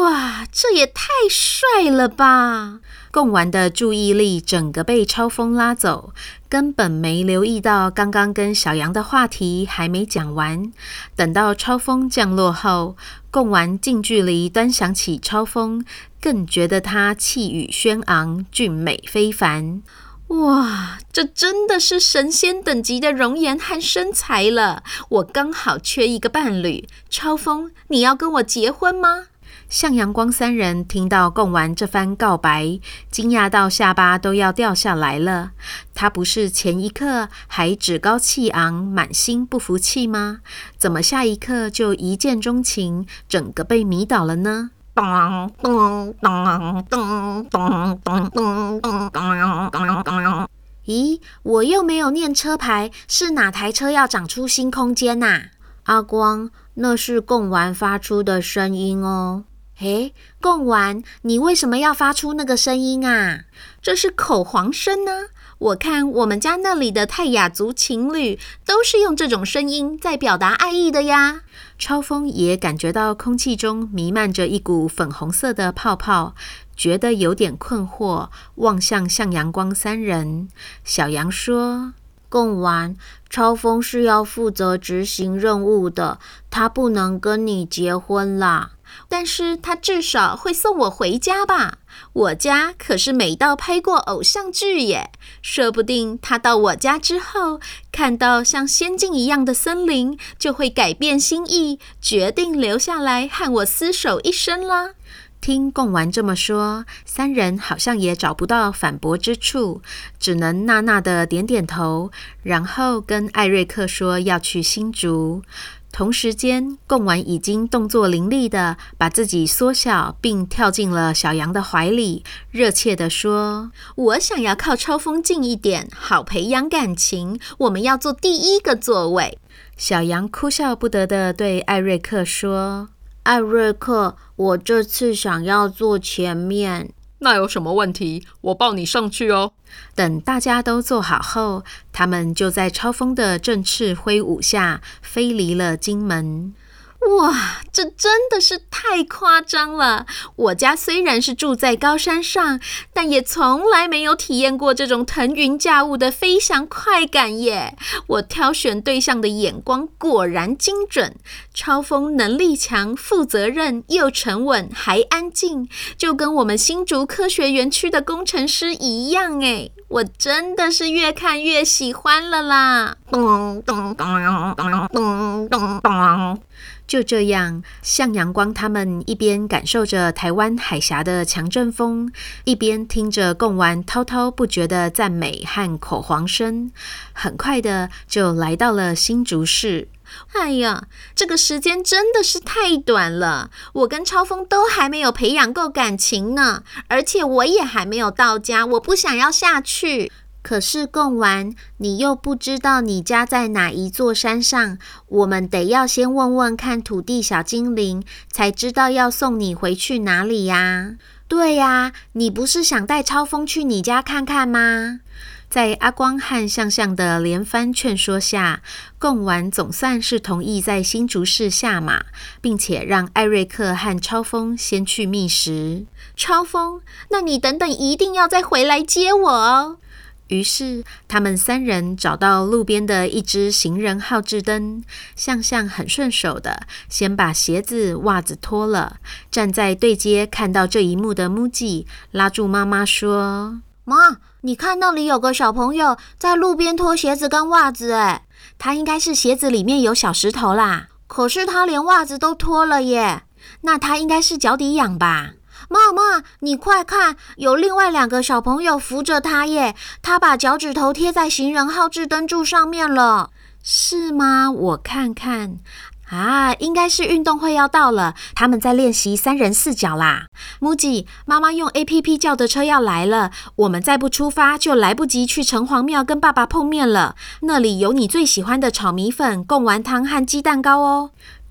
哇，这也太帅了吧！贡丸的注意力整个被超风拉走，根本没留意到刚刚跟小羊的话题还没讲完。等到超风降落后，贡丸近距离端详起超风，更觉得他气宇轩昂，俊美非凡。哇，这真的是神仙等级的容颜和身材了！我刚好缺一个伴侣，超风，你要跟我结婚吗？向阳光三人听到贡丸这番告白，惊讶到下巴都要掉下来了。他不是前一刻还趾高气昂，满心不服气吗？怎么下一刻就一见钟情，整个被迷倒了呢？咦，我又没有念车牌，是哪台车要长出新空间啊？ 阿光，那是贡丸发出的声音哦。 诶，贡丸，你为什么要发出那个声音啊？这是口簧声啊！我看我们家那里的泰雅族情侣都是用这种声音在表达爱意的呀。超风也感觉到空气中弥漫着一股粉红色的泡泡，觉得有点困惑，望向向阳光三人。小羊说： 贡丸，超风是要负责执行任务的，他不能跟你结婚啦。 但是他至少会送我回家吧？我家可是美到拍过偶像剧耶，说不定他到我家之后，看到像仙境一样的森林，就会改变心意，决定留下来和我厮守一生啦。听贡丸这么说，三人好像也找不到反驳之处，只能纳纳的点点头，然后跟艾瑞克说要去新竹。同时间，贡丸已经动作伶俐的把自己缩小，并跳进了小羊的怀里，热切地说：我想要靠超风近一点，好培养感情，我们要坐第一个座位。小羊哭笑不得地对艾瑞克说： 艾瑞克，我这次想要坐前面。 那有什么问题？我抱你上去哦。 等大家都坐好后，他们就在超风的振翅挥舞下飞离了金门。哇，这真的是太夸张了！我家虽然是住在高山上，但也从来没有体验过这种腾云驾雾的飞翔快感耶！我挑选对象的眼光果然精准，超风能力强、负责任又沉稳还安静，就跟我们新竹科学园区的工程师一样耶！我真的是越看越喜欢了啦！就这样，向阳光他们一边感受着台湾海峡的强阵风，一边听着贡丸滔滔不绝的赞美和口簧声，很快的就来到了新竹市。哎呀，这个时间真的是太短了，我跟超风都还没有培养够感情呢，而且我也还没有到家，我不想要下去。 可是贡丸，你又不知道你家在哪一座山上，我们得要先问问看土地小精灵，才知道要送你回去哪里呀。 对呀，你不是想带超风去你家看看吗？在阿光和向向的连番劝说下，贡丸总算是同意在新竹市下马，并且让艾瑞克和超风先去觅食。超风，那你等等一定要再回来接我哦。于是，他们三人找到路边的一只行人号志灯，向向很顺手的先把鞋子、袜子脱了。站在对街看到这一幕的木吉拉住妈妈说： 妈，你看那里有个小朋友在路边脱鞋子跟袜子耶， 他应该是鞋子里面有小石头啦。 可是他连袜子都脱了耶， 那他应该是脚底痒吧。 妈，你快看，有另外2个小朋友扶着他耶，他把脚趾头贴在行人号志灯柱上面了。 是吗？我看看。啊，应该是运动会要到了，他们在练习3人4脚啦。木吉，妈妈用 APP 叫的车要来了，我们再不出发就来不及去城隍庙跟爸爸碰面了。那里有你最喜欢的炒米粉、贡丸汤和鸡蛋糕哦。